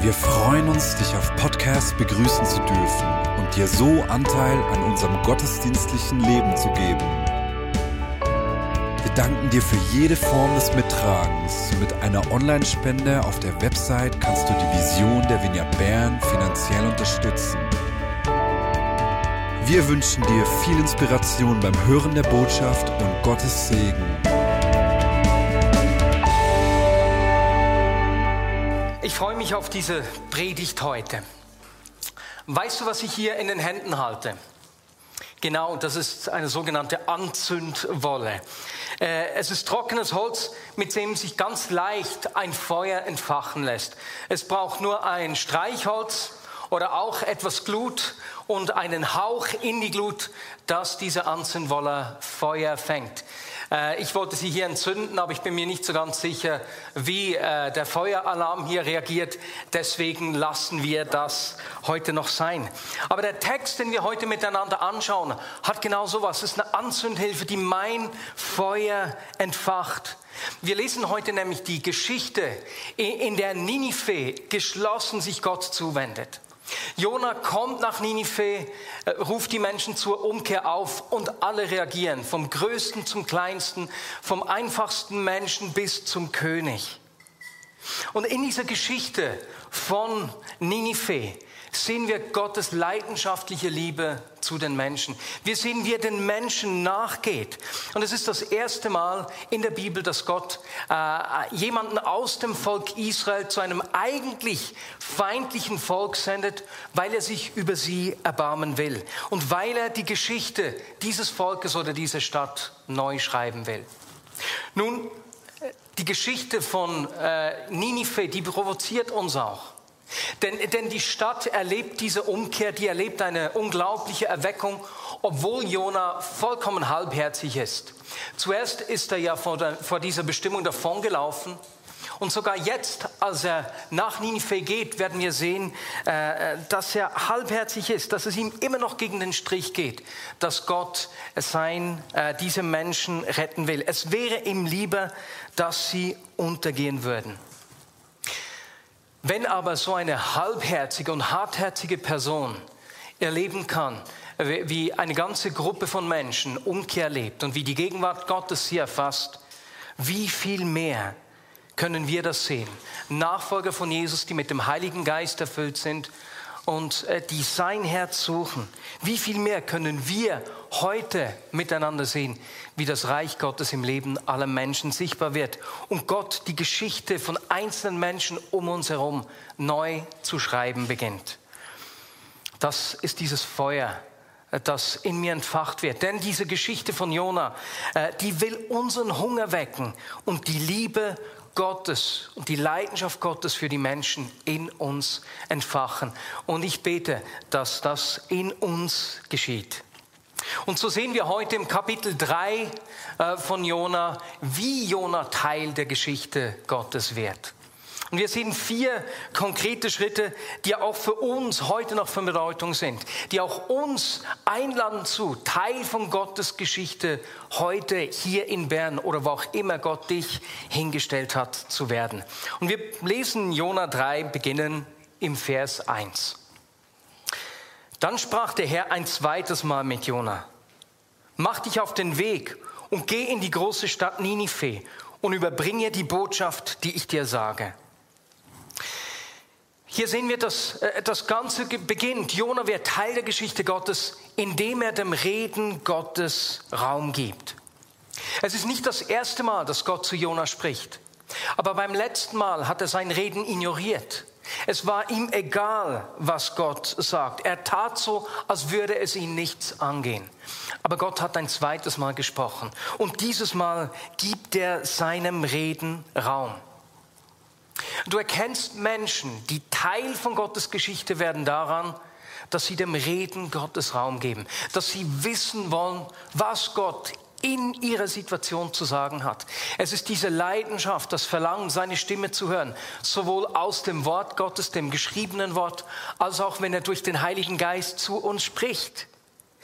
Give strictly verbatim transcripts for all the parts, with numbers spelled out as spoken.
Wir freuen uns, dich auf Podcast begrüßen zu dürfen und dir so Anteil an unserem gottesdienstlichen Leben zu geben. Wir danken dir für jede Form des Mittragens. Mit einer Online-Spende auf der Website kannst du die Vision der Vineyard Bern finanziell unterstützen. Wir wünschen dir viel Inspiration beim Hören der Botschaft und Gottes Segen. Ich freue mich auf diese Predigt heute. Weißt du, was ich hier in den Händen halte? Genau, das ist eine sogenannte Anzündwolle. Äh, es ist trockenes Holz, mit dem sich ganz leicht ein Feuer entfachen lässt. Es braucht nur ein Streichholz oder auch etwas Glut und einen Hauch in die Glut, dass diese Anzündwolle Feuer fängt. Äh, ich wollte sie hier entzünden, aber ich bin mir nicht so ganz sicher, wie äh, der Feueralarm hier reagiert. Deswegen lassen wir das heute noch sein. Aber der Text, den wir heute miteinander anschauen, hat genau sowas. Es ist eine Anzündhilfe, die mein Feuer entfacht. Wir lesen heute nämlich die Geschichte, in der Ninive geschlossen sich Gott zuwendet. Jona kommt nach Ninive, ruft die Menschen zur Umkehr auf und alle reagieren, vom Größten zum Kleinsten, vom einfachsten Menschen bis zum König. Und in dieser Geschichte von Ninive sehen wir Gottes leidenschaftliche Liebe zu den Menschen. Wir sehen, wie er den Menschen nachgeht. Und es ist das erste Mal in der Bibel, dass Gott äh, jemanden aus dem Volk Israel zu einem eigentlich feindlichen Volk sendet, weil er sich über sie erbarmen will. Und weil er die Geschichte dieses Volkes oder dieser Stadt neu schreiben will. Nun, die Geschichte von äh, Ninive, die provoziert uns auch. Denn, denn die Stadt erlebt diese Umkehr, die erlebt eine unglaubliche Erweckung, obwohl Jona vollkommen halbherzig ist. Zuerst ist er ja vor, der, vor dieser Bestimmung davongelaufen. Und sogar jetzt, als er nach Ninive geht, werden wir sehen, äh, dass er halbherzig ist, dass es ihm immer noch gegen den Strich geht, dass Gott sein, äh, diese Menschen retten will. Es wäre ihm lieber, dass sie untergehen würden. Wenn aber so eine halbherzige und hartherzige Person erleben kann, wie eine ganze Gruppe von Menschen Umkehr lebt und wie die Gegenwart Gottes sie erfasst, wie viel mehr können wir das sehen? Nachfolger von Jesus, die mit dem Heiligen Geist erfüllt sind und die sein Herz suchen. Wie viel mehr können wir heute miteinander sehen, wie das Reich Gottes im Leben aller Menschen sichtbar wird und Gott die Geschichte von einzelnen Menschen um uns herum neu zu schreiben beginnt. Das ist dieses Feuer, das in mir entfacht wird. Denn diese Geschichte von Jona, die will unseren Hunger wecken und die Liebe Gottes und die Leidenschaft Gottes für die Menschen in uns entfachen. Und ich bete, dass das in uns geschieht. Und so sehen wir heute im Kapitel drei von Jona, wie Jona Teil der Geschichte Gottes wird. Und wir sehen vier konkrete Schritte, die auch für uns heute noch von Bedeutung sind, die auch uns einladen zu, Teil von Gottes Geschichte heute hier in Bern oder wo auch immer Gott dich hingestellt hat zu werden. Und wir lesen Jona drei, beginnen im Vers eins. Dann sprach der Herr ein zweites Mal mit Jona: Mach dich auf den Weg und geh in die große Stadt Ninive und überbringe die Botschaft, die ich dir sage. Hier sehen wir, dass das Ganze beginnt. Jona wird Teil der Geschichte Gottes, indem er dem Reden Gottes Raum gibt. Es ist nicht das erste Mal, dass Gott zu Jona spricht. Aber beim letzten Mal hat er sein Reden ignoriert. Es war ihm egal, was Gott sagt. Er tat so, als würde es ihn nichts angehen. Aber Gott hat ein zweites Mal gesprochen. Und dieses Mal gibt er seinem Reden Raum. Du erkennst Menschen, die Teil von Gottes Geschichte werden daran, dass sie dem Reden Gottes Raum geben. Dass sie wissen wollen, was Gott in ihrer Situation zu sagen hat. Es ist diese Leidenschaft, das Verlangen, seine Stimme zu hören, sowohl aus dem Wort Gottes, dem geschriebenen Wort, als auch wenn er durch den Heiligen Geist zu uns spricht.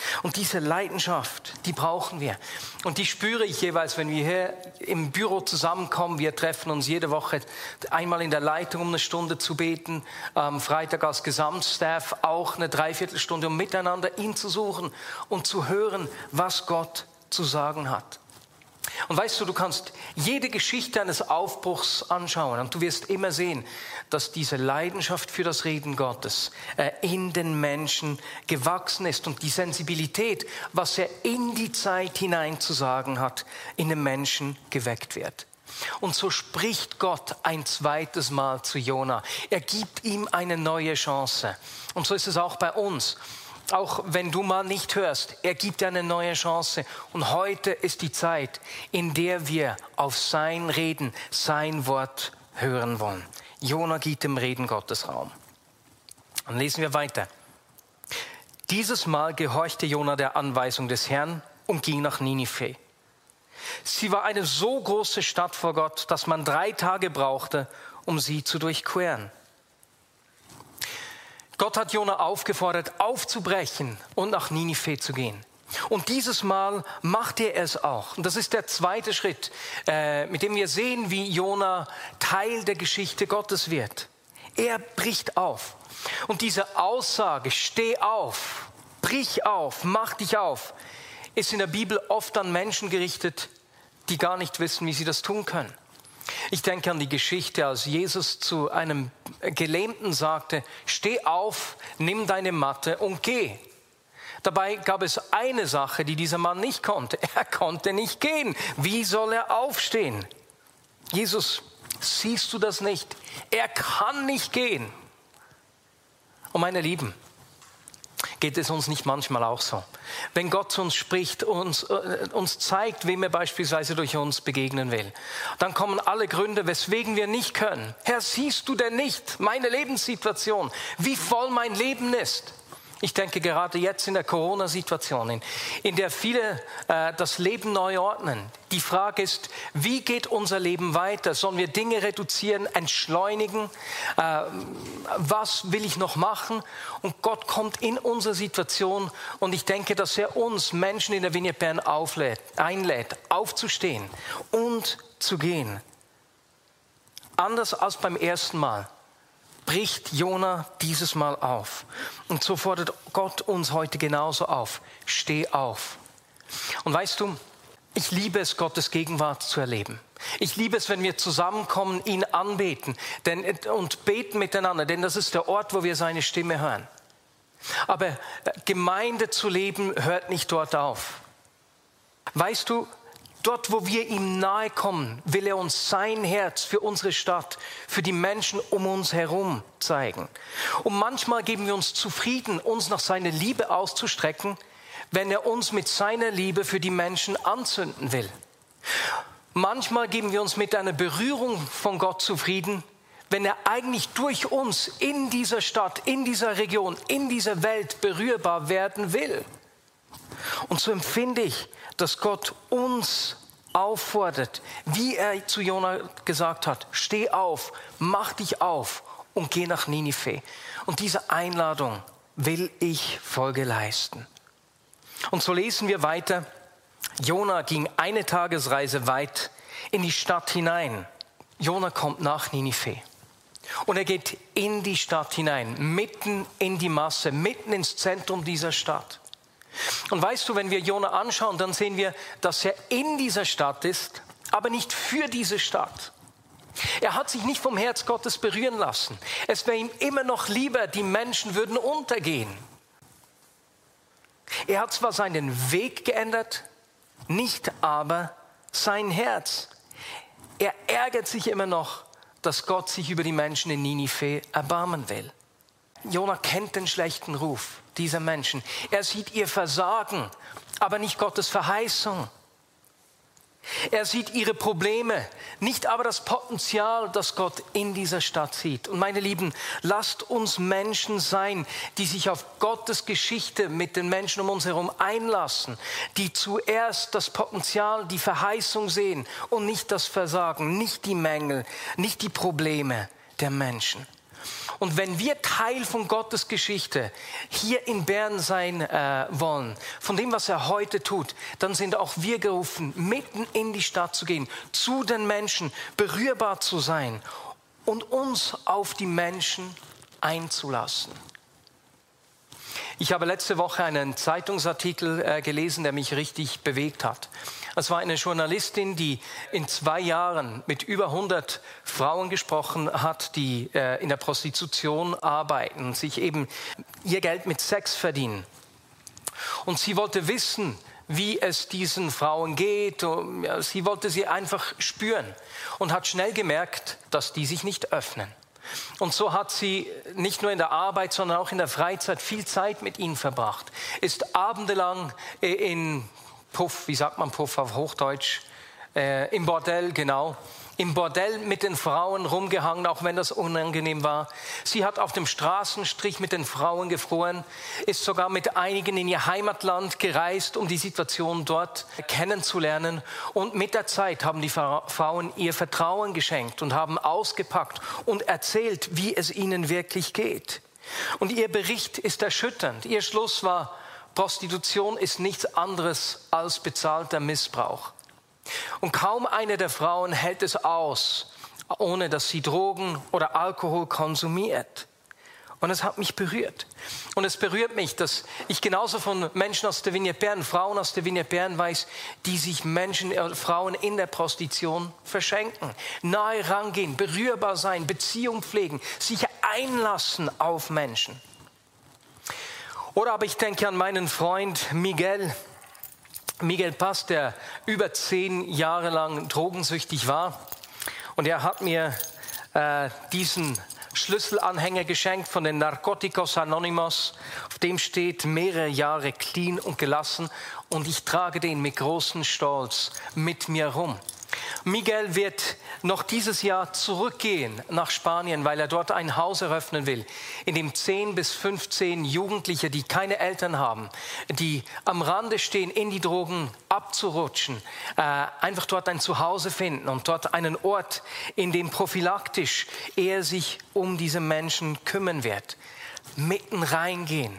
Und diese Leidenschaft, die brauchen wir. Und die spüre ich jeweils, wenn wir hier im Büro zusammenkommen. Wir treffen uns jede Woche einmal in der Leitung, um eine Stunde zu beten. Am Freitag als Gesamtstaff auch eine Dreiviertelstunde, um miteinander ihn zu suchen und zu hören, was Gott zu sagen hat. Und weißt du, du kannst jede Geschichte eines Aufbruchs anschauen und du wirst immer sehen, dass diese Leidenschaft für das Reden Gottes äh, in den Menschen gewachsen ist und die Sensibilität, was er in die Zeit hinein zu sagen hat, in den Menschen geweckt wird. Und so spricht Gott ein zweites Mal zu Jona. Er gibt ihm eine neue Chance. Und so ist es auch bei uns. Auch wenn du mal nicht hörst, er gibt dir eine neue Chance. Und heute ist die Zeit, in der wir auf sein Reden, sein Wort hören wollen. Jona gibt dem Reden Gottes Raum. Dann lesen wir weiter. Dieses Mal gehorchte Jona der Anweisung des Herrn und ging nach Ninive. Sie war eine so große Stadt vor Gott, dass man drei Tage brauchte, um sie zu durchqueren. Gott hat Jona aufgefordert, aufzubrechen und nach Ninive zu gehen. Und dieses Mal macht er es auch. Und das ist der zweite Schritt, äh, mit dem wir sehen, wie Jona Teil der Geschichte Gottes wird. Er bricht auf. Und diese Aussage, steh auf, brich auf, mach dich auf, ist in der Bibel oft an Menschen gerichtet, die gar nicht wissen, wie sie das tun können. Ich denke an die Geschichte, als Jesus zu einem Gelähmten sagte, steh auf, nimm deine Matte und geh. Dabei gab es eine Sache, die dieser Mann nicht konnte. Er konnte nicht gehen. Wie soll er aufstehen? Jesus, siehst du das nicht? Er kann nicht gehen. Und meine Lieben, geht es uns nicht manchmal auch so? Wenn Gott zu uns spricht, uns, äh, uns zeigt, wem er beispielsweise durch uns begegnen will, dann kommen alle Gründe, weswegen wir nicht können. Herr, siehst du denn nicht meine Lebenssituation, wie voll mein Leben ist? Ich denke gerade jetzt in der Corona-Situation, in, in der viele äh, das Leben neu ordnen. Die Frage ist, wie geht unser Leben weiter? Sollen wir Dinge reduzieren, entschleunigen? Äh, was will ich noch machen? Und Gott kommt in unsere Situation und ich denke, dass er uns Menschen in der Vineyard Bern auflädt, einlädt, aufzustehen und zu gehen. Anders als beim ersten Mal bricht Jona dieses Mal auf. Und so fordert Gott uns heute genauso auf. Steh auf. Und weißt du, ich liebe es, Gottes Gegenwart zu erleben. Ich liebe es, wenn wir zusammenkommen, ihn anbeten denn, und beten miteinander, denn das ist der Ort, wo wir seine Stimme hören. Aber Gemeinde zu leben hört nicht dort auf. Weißt du, dort, wo wir ihm nahe kommen, will er uns sein Herz für unsere Stadt, für die Menschen um uns herum zeigen. Und manchmal geben wir uns zufrieden, uns nach seiner Liebe auszustrecken, wenn er uns mit seiner Liebe für die Menschen anzünden will. Manchmal geben wir uns mit einer Berührung von Gott zufrieden, wenn er eigentlich durch uns in dieser Stadt, in dieser Region, in dieser Welt berührbar werden will. Und so empfinde ich, dass Gott uns auffordert, wie er zu Jona gesagt hat, steh auf, mach dich auf und geh nach Ninive. Und diese Einladung will ich Folge leisten. Und so lesen wir weiter, Jona ging eine Tagesreise weit in die Stadt hinein. Jona kommt nach Ninive. Und er geht in die Stadt hinein, mitten in die Masse, mitten ins Zentrum dieser Stadt. Und weißt du, wenn wir Jona anschauen, dann sehen wir, dass er in dieser Stadt ist, aber nicht für diese Stadt. Er hat sich nicht vom Herz Gottes berühren lassen. Es wäre ihm immer noch lieber, die Menschen würden untergehen. Er hat zwar seinen Weg geändert, nicht aber sein Herz. Er ärgert sich immer noch, dass Gott sich über die Menschen in Ninive erbarmen will. Jona kennt den schlechten Ruf dieser Menschen. Er sieht ihr Versagen, aber nicht Gottes Verheißung. Er sieht ihre Probleme, nicht aber das Potenzial, das Gott in dieser Stadt sieht. Und meine Lieben, lasst uns Menschen sein, die sich auf Gottes Geschichte mit den Menschen um uns herum einlassen, die zuerst das Potenzial, die Verheißung sehen und nicht das Versagen, nicht die Mängel, nicht die Probleme der Menschen. Und wenn wir Teil von Gottes Geschichte hier in Bern sein äh, wollen, von dem, was er heute tut, dann sind auch wir gerufen, mitten in die Stadt zu gehen, zu den Menschen, berührbar zu sein und uns auf die Menschen einzulassen. Ich habe letzte Woche einen Zeitungsartikel äh, gelesen, der mich richtig bewegt hat. Es war eine Journalistin, die in zwei Jahren mit über hundert Frauen gesprochen hat, die äh, in der Prostitution arbeiten, sich eben ihr Geld mit Sex verdienen. Und sie wollte wissen, wie es diesen Frauen geht. Und, ja, sie wollte sie einfach spüren und hat schnell gemerkt, dass die sich nicht öffnen. Und so hat sie nicht nur in der Arbeit, sondern auch in der Freizeit viel Zeit mit ihnen verbracht. Ist abendelang in Puff, wie sagt man Puff auf Hochdeutsch, äh, im Bordell, genau. Im Bordell mit den Frauen rumgehangen, auch wenn das unangenehm war. Sie hat auf dem Straßenstrich mit den Frauen gefroren, ist sogar mit einigen in ihr Heimatland gereist, um die Situation dort kennenzulernen. Und mit der Zeit haben die Frauen ihr Vertrauen geschenkt und haben ausgepackt und erzählt, wie es ihnen wirklich geht. Und ihr Bericht ist erschütternd. Ihr Schluss war, Prostitution ist nichts anderes als bezahlter Missbrauch. Und kaum eine der Frauen hält es aus, ohne dass sie Drogen oder Alkohol konsumiert. Und es hat mich berührt. Und es berührt mich, dass ich genauso von Menschen aus der Vineyard Bern, Frauen aus der Vineyard Bern weiß, die sich Menschen, äh, Frauen in der Prostitution verschenken. Nahe rangehen, berührbar sein, Beziehung pflegen, sich einlassen auf Menschen. Oder aber ich denke an meinen Freund Miguel. Miguel Paz, der über zehn Jahre lang drogensüchtig war. Und er hat mir äh, diesen Schlüsselanhänger geschenkt von den Narcoticos Anonymous. Auf dem steht mehrere Jahre clean und gelassen. Und ich trage den mit großem Stolz mit mir rum. Miguel wird noch dieses Jahr zurückgehen nach Spanien, weil er dort ein Haus eröffnen will, in dem zehn bis fünfzehn Jugendliche, die keine Eltern haben, die am Rande stehen, in die Drogen abzurutschen, äh, einfach dort ein Zuhause finden und dort einen Ort, in dem prophylaktisch er sich um diese Menschen kümmern wird. Mitten reingehen,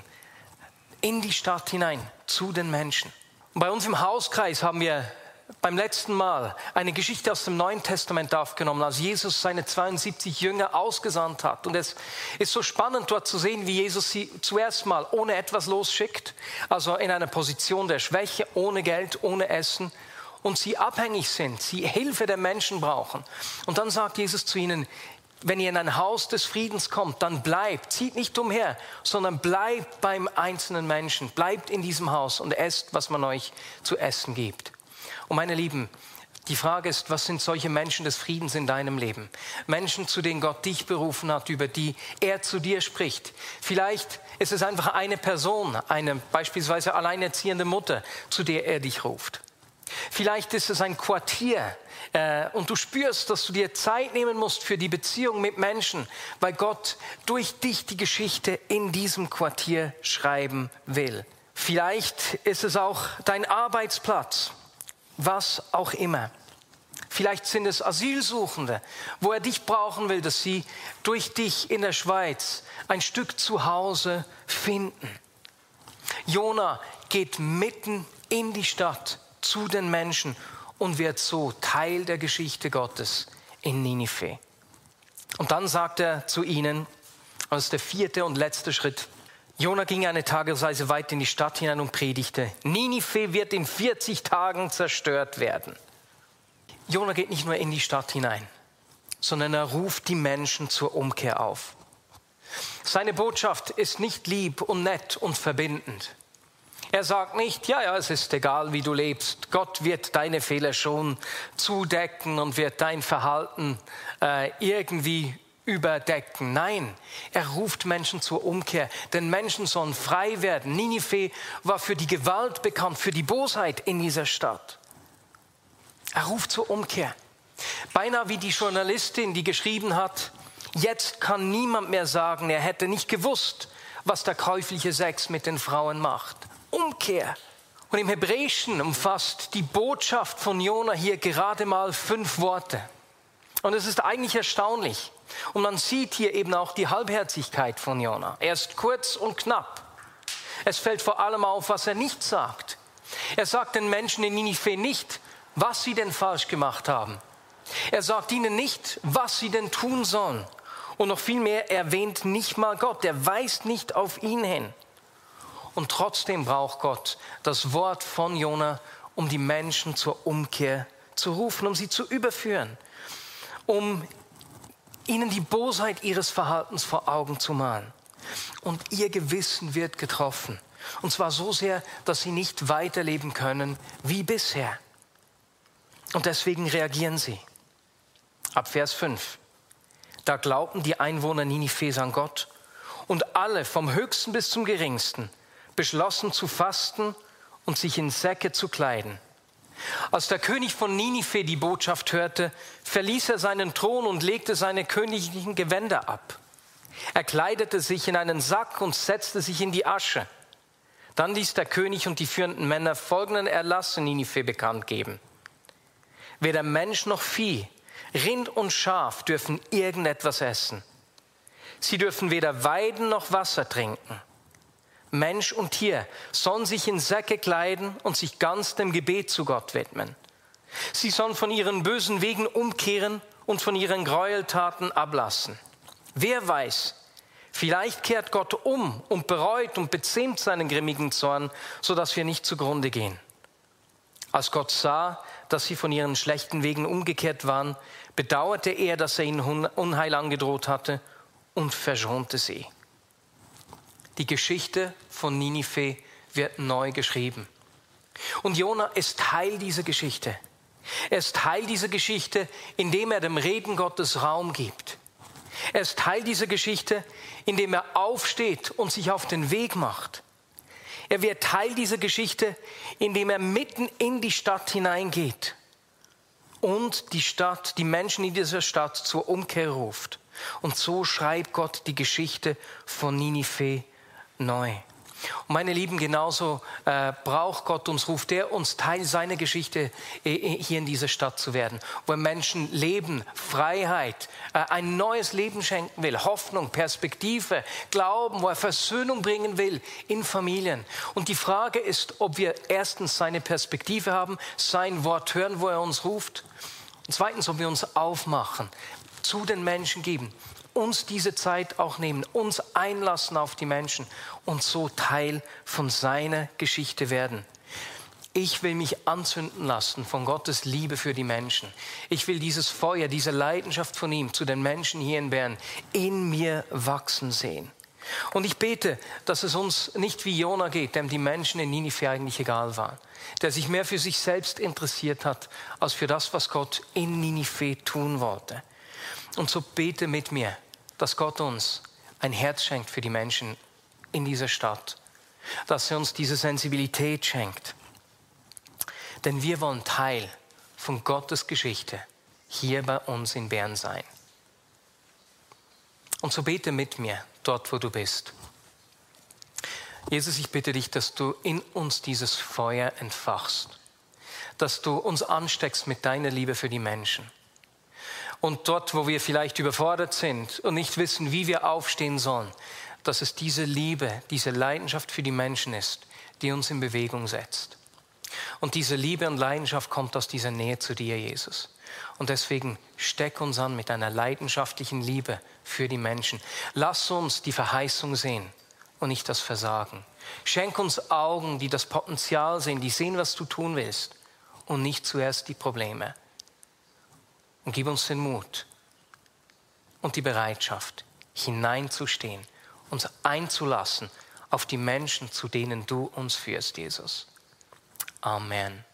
in die Stadt hinein, zu den Menschen. Und bei uns im Hauskreis haben wir beim letzten Mal eine Geschichte aus dem Neuen Testament aufgenommen, als Jesus seine zweiundsiebzig Jünger ausgesandt hat. Und es ist so spannend dort zu sehen, wie Jesus sie zuerst mal ohne etwas losschickt, also in einer Position der Schwäche, ohne Geld, ohne Essen, und sie abhängig sind, sie Hilfe der Menschen brauchen. Und dann sagt Jesus zu ihnen, wenn ihr in ein Haus des Friedens kommt, dann bleibt, zieht nicht umher, sondern bleibt beim einzelnen Menschen, bleibt in diesem Haus und esst, was man euch zu essen gibt. Und meine Lieben, die Frage ist, was sind solche Menschen des Friedens in deinem Leben? Menschen, zu denen Gott dich berufen hat, über die er zu dir spricht. Vielleicht ist es einfach eine Person, eine beispielsweise alleinerziehende Mutter, zu der er dich ruft. Vielleicht ist es ein Quartier äh, und du spürst, dass du dir Zeit nehmen musst für die Beziehung mit Menschen, weil Gott durch dich die Geschichte in diesem Quartier schreiben will. Vielleicht ist es auch dein Arbeitsplatz. Was auch immer. Vielleicht sind es Asylsuchende, wo er dich brauchen will, dass sie durch dich in der Schweiz ein Stück Zuhause finden. Jona geht mitten in die Stadt zu den Menschen und wird so Teil der Geschichte Gottes in Ninive. Und dann sagt er zu ihnen, das ist der vierte und letzte Schritt, Jona ging eine Tagesreise weit in die Stadt hinein und predigte, Ninive wird in vierzig Tagen zerstört werden. Jona geht nicht nur in die Stadt hinein, sondern er ruft die Menschen zur Umkehr auf. Seine Botschaft ist nicht lieb und nett und verbindend. Er sagt nicht, ja, ja, es ist egal, wie du lebst. Gott wird deine Fehler schon zudecken und wird dein Verhalten äh, irgendwie überdecken. Nein, er ruft Menschen zur Umkehr, denn Menschen sollen frei werden. Ninive war für die Gewalt bekannt, für die Bosheit in dieser Stadt. Er ruft zur Umkehr. Beinahe wie die Journalistin, die geschrieben hat, jetzt kann niemand mehr sagen, er hätte nicht gewusst, was der käufliche Sex mit den Frauen macht. Umkehr. Und im Hebräischen umfasst die Botschaft von Jona hier gerade mal fünf Worte. Und es ist eigentlich erstaunlich. Und man sieht hier eben auch die Halbherzigkeit von Jona. Er ist kurz und knapp. Es fällt vor allem auf, was er nicht sagt. Er sagt den Menschen in Ninive nicht, was sie denn falsch gemacht haben. Er sagt ihnen nicht, was sie denn tun sollen. Und noch viel mehr, er erwähnt nicht mal Gott. Er weist nicht auf ihn hin. Und trotzdem braucht Gott das Wort von Jona, um die Menschen zur Umkehr zu rufen, um sie zu überführen, um ihnen die Bosheit ihres Verhaltens vor Augen zu malen. Und ihr Gewissen wird getroffen. Und zwar so sehr, dass sie nicht weiterleben können wie bisher. Und deswegen reagieren sie. Ab Vers fünf. Da glaubten die Einwohner Ninives an Gott und alle, vom Höchsten bis zum Geringsten, beschlossen zu fasten und sich in Säcke zu kleiden. Als der König von Ninive die Botschaft hörte, verließ er seinen Thron und legte seine königlichen Gewänder ab. Er kleidete sich in einen Sack und setzte sich in die Asche. Dann ließ der König und die führenden Männer folgenden Erlass in Ninive bekannt geben. Weder Mensch noch Vieh, Rind und Schaf dürfen irgendetwas essen. Sie dürfen weder weiden noch Wasser trinken. Mensch und Tier sollen sich in Säcke kleiden und sich ganz dem Gebet zu Gott widmen. Sie sollen von ihren bösen Wegen umkehren und von ihren Gräueltaten ablassen. Wer weiß, vielleicht kehrt Gott um und bereut und bezähmt seinen grimmigen Zorn, sodass wir nicht zugrunde gehen. Als Gott sah, dass sie von ihren schlechten Wegen umgekehrt waren, bedauerte er, dass er ihnen Unheil angedroht hatte und verschonte sie. Die Geschichte von Ninive wird neu geschrieben. Und Jona ist Teil dieser Geschichte. Er ist Teil dieser Geschichte, indem er dem Reden Gottes Raum gibt. Er ist Teil dieser Geschichte, indem er aufsteht und sich auf den Weg macht. Er wird Teil dieser Geschichte, indem er mitten in die Stadt hineingeht und die Stadt, die Menschen in dieser Stadt zur Umkehr ruft. Und so schreibt Gott die Geschichte von Ninive neu. Und meine Lieben, genauso äh, braucht Gott uns, ruft er uns, Teil seiner Geschichte äh, hier in dieser Stadt zu werden, wo er Menschen Leben, Freiheit, äh, ein neues Leben schenken will, Hoffnung, Perspektive, Glauben, wo er Versöhnung bringen will in Familien. Und die Frage ist, ob wir erstens seine Perspektive haben, sein Wort hören, wo er uns ruft, und zweitens, ob wir uns aufmachen, zu den Menschen geben, uns diese Zeit auch nehmen, uns einlassen auf die Menschen und so Teil von seiner Geschichte werden. Ich will mich anzünden lassen von Gottes Liebe für die Menschen. Ich will dieses Feuer, diese Leidenschaft von ihm zu den Menschen hier in Bern in mir wachsen sehen. Und ich bete, dass es uns nicht wie Jona geht, dem die Menschen in Ninive eigentlich egal waren, der sich mehr für sich selbst interessiert hat, als für das, was Gott in Ninive tun wollte. Und so bete mit mir, dass Gott uns ein Herz schenkt für die Menschen in dieser Stadt, dass er uns diese Sensibilität schenkt. Denn wir wollen Teil von Gottes Geschichte hier bei uns in Bern sein. Und so bete mit mir, dort wo du bist. Jesus, ich bitte dich, dass du in uns dieses Feuer entfachst, dass du uns ansteckst mit deiner Liebe für die Menschen. Und dort, wo wir vielleicht überfordert sind und nicht wissen, wie wir aufstehen sollen, dass es diese Liebe, diese Leidenschaft für die Menschen ist, die uns in Bewegung setzt. Und diese Liebe und Leidenschaft kommt aus dieser Nähe zu dir, Jesus. Und deswegen steck uns an mit einer leidenschaftlichen Liebe für die Menschen. Lass uns die Verheißung sehen und nicht das Versagen. Schenk uns Augen, die das Potenzial sehen, die sehen, was du tun willst und nicht zuerst die Probleme. Und gib uns den Mut und die Bereitschaft, hineinzustehen, uns einzulassen auf die Menschen, zu denen du uns führst, Jesus. Amen.